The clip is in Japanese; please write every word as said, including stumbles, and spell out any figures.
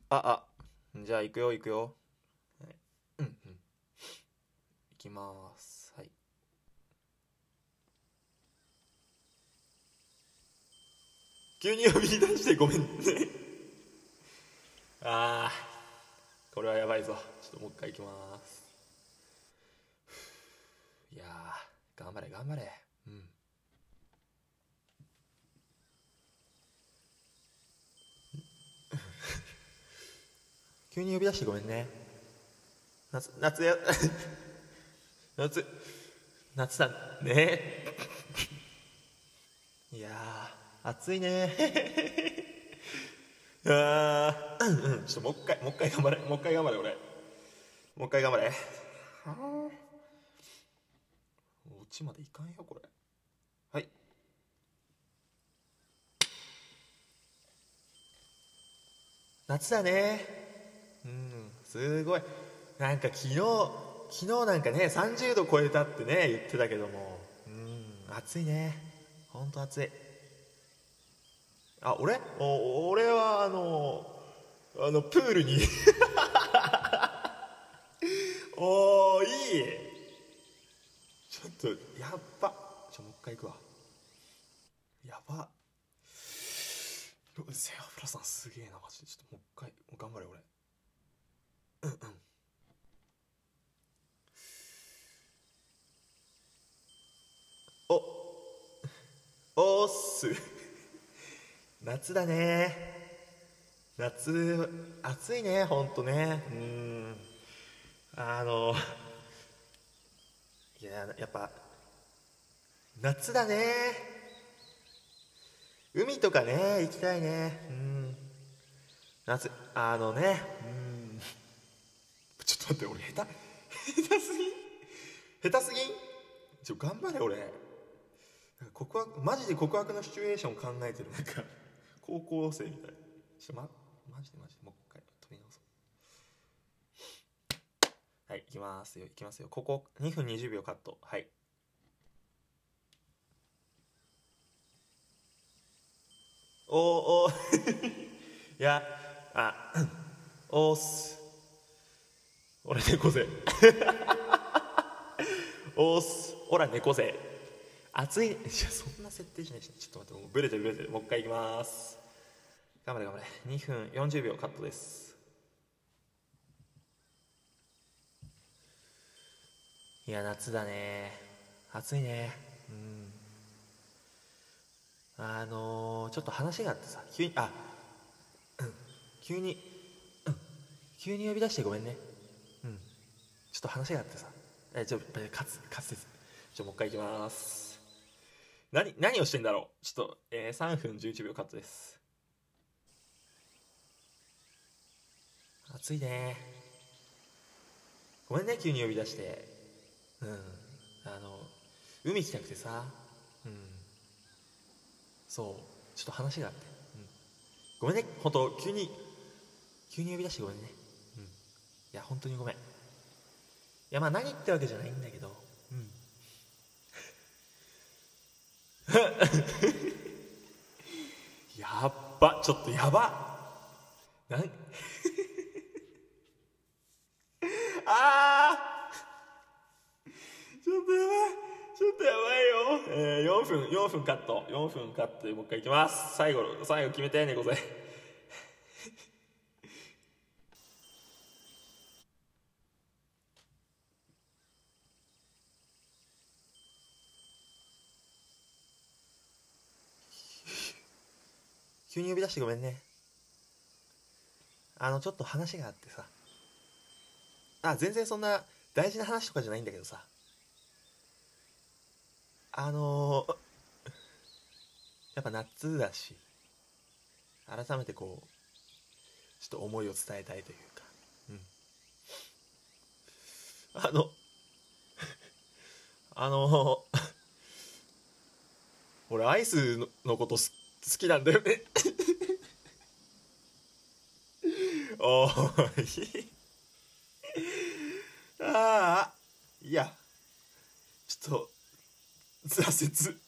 あ、あ、じゃあ行くよ行くよ。はい、うんうん。行きます。はい。急に呼び出してごめんね。あー、これはやばいぞ。ちょっともう一回行きます。いやー、頑張れ頑張れ。うん。急に呼び出してごめんね。夏、夏や、夏、夏だね。いやー、暑いね。あー、うんうん、ちょっともう一回、もう一回頑張れ。もう一回頑張れ、俺。もう一回頑張れ。はあ。オチまでいかんよ、これ。はい。夏だね。うん、すごい。なんか昨日、昨日なんかね、さんじゅうど超えたってね、言ってたけども。うん、暑いね。ほんと暑い。あ、俺お俺は、あの、あの、プールに。おー、いい。ちょっと、やっば。ちょ、もう一回行くわ。やば。セアフラさんすげえな、マジで。ちょっともう一回、もう頑張れ、俺。うんうん。お、おーっす。夏だね。夏、暑いね、ほんとね。うん。あの、いや、やっぱ、夏だね。海とかね、行きたいね。うん。夏、あのね、うん。ちょっと待って、俺下手、下手すぎん下手すぎんちょ、頑張れ、俺。告白、マジで告白のシチュエーション考えてる。なんか、高校生みたい。ちょっとま、マジでマジで、もう一回、飛び直そう。はい、行きますよ、行きますよ。ここ、にふんにじゅうびょうカット。はい。おー、おー、いや、あ、おーす。俺猫背。おーす。おら猫背。暑い。いや、そんな設定しないし。ちょっと待って、もうブレてるブレてる。もう一回行きます。頑張れ頑張れ。にふんよんじゅうびょうカットです。いや、夏だね。暑いね。うん。あのー、ちょっと話があってさ、急に、あ、急に、急に呼び出してごめんね。うん。ちょっと話があってさ。え、ちょ、え、滑滑舌。ちょ、もう一回行きます。何、何をしてんだろう。ちょっと、えー、さんぷんじゅういちびょうカットです。暑いね。ごめんね、急に呼び出して。うん。あの、海行きたくてさ。うん。そう。ちょっと話があって。うん。ごめんね、ほんと、急に、急に呼び出してごめんね。うん。いや、本当にごめん。いや、まあ何ってわけじゃないんだけど。うん。やっば、ちょっとやば。なん、あー、ちょっとやばい。ちょっとやばいよ。えー、よんぷん、よんぷんカット。よんぷんカットでもう一回いきます。最後、最後決めて、猫背。急に呼び出してごめんね。あの、ちょっと話があってさ。あ、全然そんな大事な話とかじゃないんだけどさ。あのー、やっぱ夏だし、改めてこう、ちょっと思いを伝えたいというか。うん。あの、あのー、俺アイスののことす好きなんだよね。おーい。ああ、いや、ちょっと、挫折。